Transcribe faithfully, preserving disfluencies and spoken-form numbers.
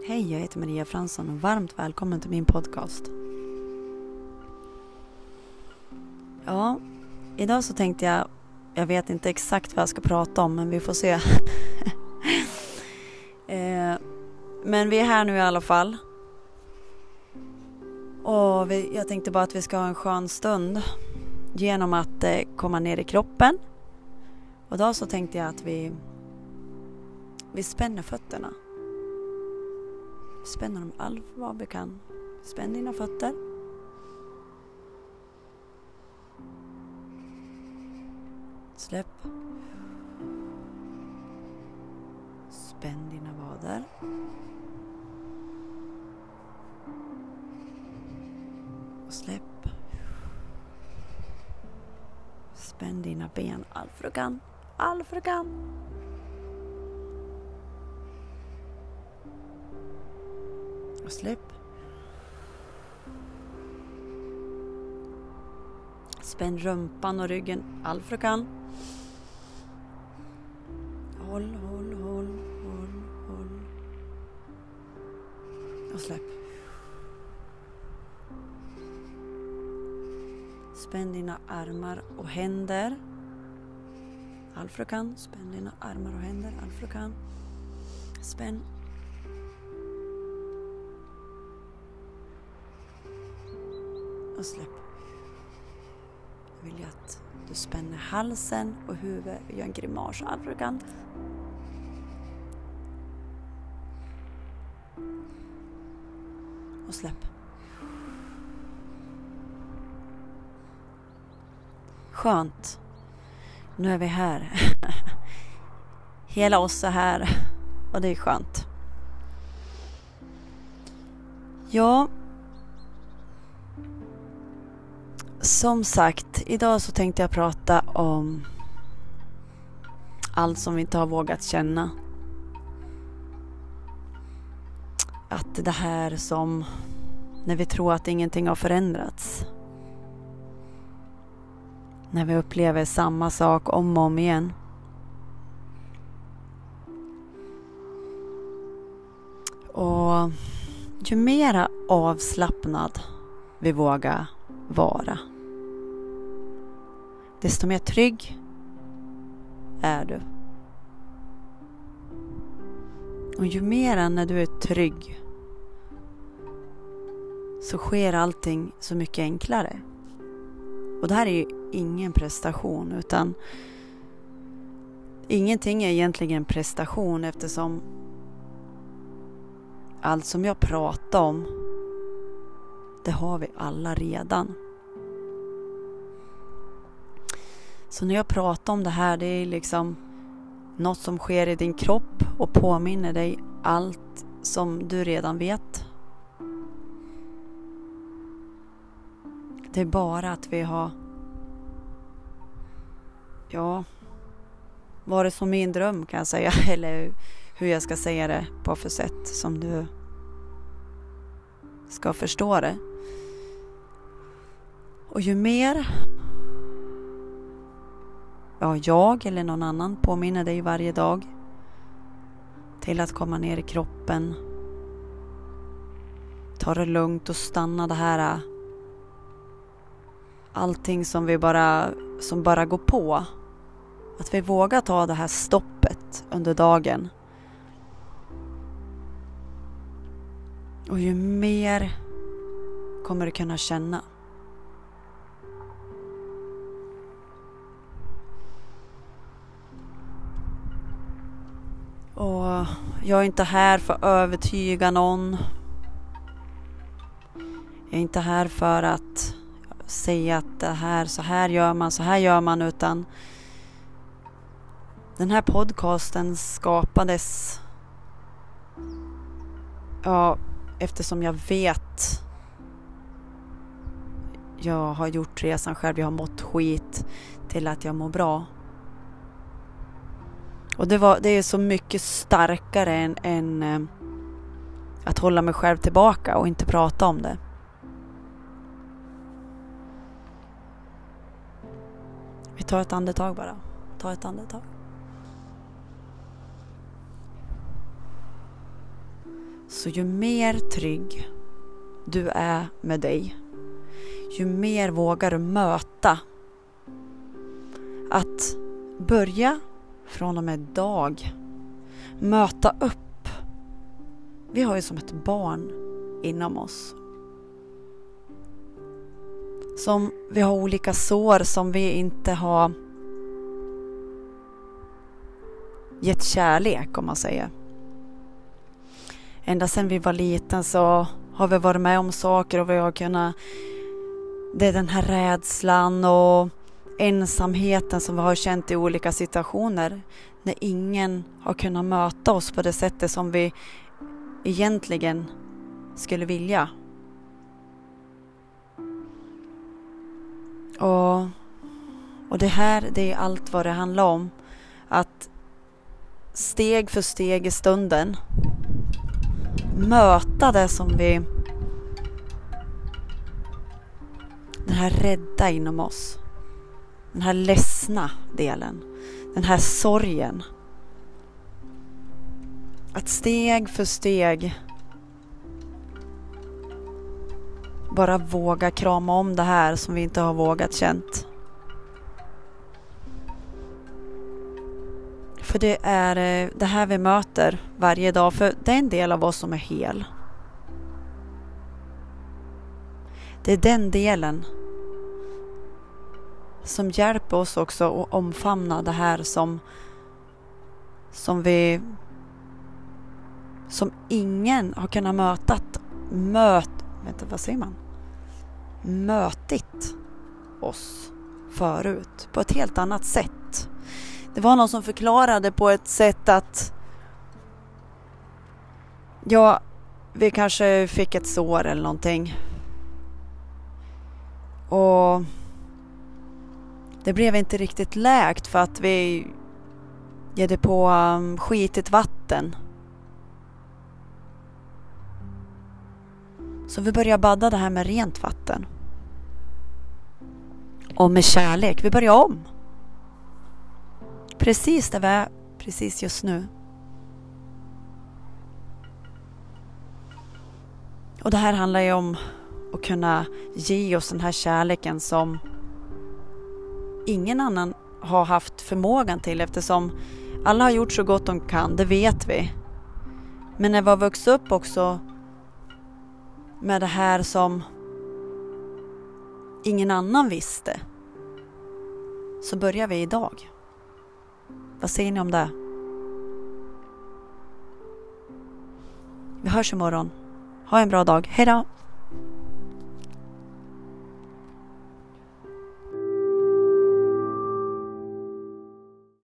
Hej, jag heter Maria Fransson och varmt välkommen till min podcast. Ja, idag så tänkte jag, jag vet inte exakt vad jag ska prata om, men vi får se. eh, men vi är här nu i alla fall. Och vi, jag tänkte bara att vi ska ha en skön stund genom att eh, komma ner i kroppen. Och då så tänkte jag att vi, vi spänner fötterna. Spänner dem allt vad vi kan. Spänn dina fötter. Släpp. Spänn dina vader. Och släpp. Spänn dina ben allt för du kan. Allt för du kan. Och släpp. Spänn rumpan och ryggen allt för du kan. Håll, håll, håll, håll, håll. Och släpp. Spänn dina armar och händer. Allt för du kan. Spänn dina armar och händer allt för du kan. Spänn. Och släpp. Jag vill ju att du spänner halsen och huvudet och gör en grimas allt för du kan. Och släpp. Skönt. Nu är vi här. Hela oss är här. Och det är skönt. Ja. Som sagt, idag så tänkte jag prata om allt som vi inte har vågat känna. Att det här som när vi tror att ingenting har förändrats. När vi upplever samma sak om och om igen. Och ju mera avslappnad vi vågar vara, desto mer trygg är du. Och ju mer när du är trygg så sker allting så mycket enklare. Och det här är ju ingen prestation, utan ingenting är egentligen prestation, eftersom allt som jag pratar om, det har vi alla redan. Så när jag pratar om det här, det är liksom något som sker i din kropp och påminner dig allt som du redan vet. Det är bara att vi har, ja, varit som min dröm kan jag säga, eller hur jag ska säga det på för sätt som du ska förstå det. Och ju mer ja, jag eller någon annan påminner dig varje dag till att komma ner i kroppen, ta det lugnt och stanna det här, allting som vi bara som bara går på, att vi vågar ta det här stoppet under dagen. Och ju mer kommer du kunna känna. Och jag är inte här för att övertyga någon. Jag är inte här för att säga att det här, så här gör man, så här gör man, utan den här podcasten skapades ja, eftersom jag vet, jag har gjort resan själv, jag har mått skit till att jag mår bra. Och det, var, det är så mycket starkare än, än äh, att hålla mig själv tillbaka och inte prata om det. Vi tar ett andetag bara. Ta ett andetag. Så ju mer trygg du är med dig, ju mer vågar du möta att börja från och med idag möta upp. Vi har ju som ett barn inom oss. Som vi har olika sår som vi inte har gett kärlek, om man säger. Ända sedan vi var liten så har vi varit med om saker och vi har kunnat, det är den här rädslan och ensamheten som vi har känt i olika situationer när ingen har kunnat möta oss på det sättet som vi egentligen skulle vilja. Och, och det här, det är allt vad det handlar om. Att steg för steg i stunden möta det som vi, den här rädda inom oss, den här ledsna delen, den här sorgen. Att steg för steg bara våga krama om det här som vi inte har vågat känt. För det är det här vi möter varje dag. För det är en del av oss som är hel. Det är den delen som hjälper oss också att omfamna det här som som vi som ingen har kunnat mötat möt, vänta, vad säger man? mötit oss förut på ett helt annat sätt. Det var någon som förklarade på ett sätt att ja, vi kanske fick ett sår eller någonting. Och det blev inte riktigt läkt för att vi gällde på um, skitigt vatten. Så vi började badda det här med rent vatten. Och med kärlek. Vi börjar om. Precis där vi är precis just nu. Och det här handlar ju om att kunna ge oss den här kärleken som ingen annan har haft förmågan till, eftersom alla har gjort så gott de kan, det vet vi. Men när vi har vuxit upp också med det här som ingen annan visste, så börjar vi idag. Vad säger ni om det? Vi hörs imorgon. Ha en bra dag. Hej då!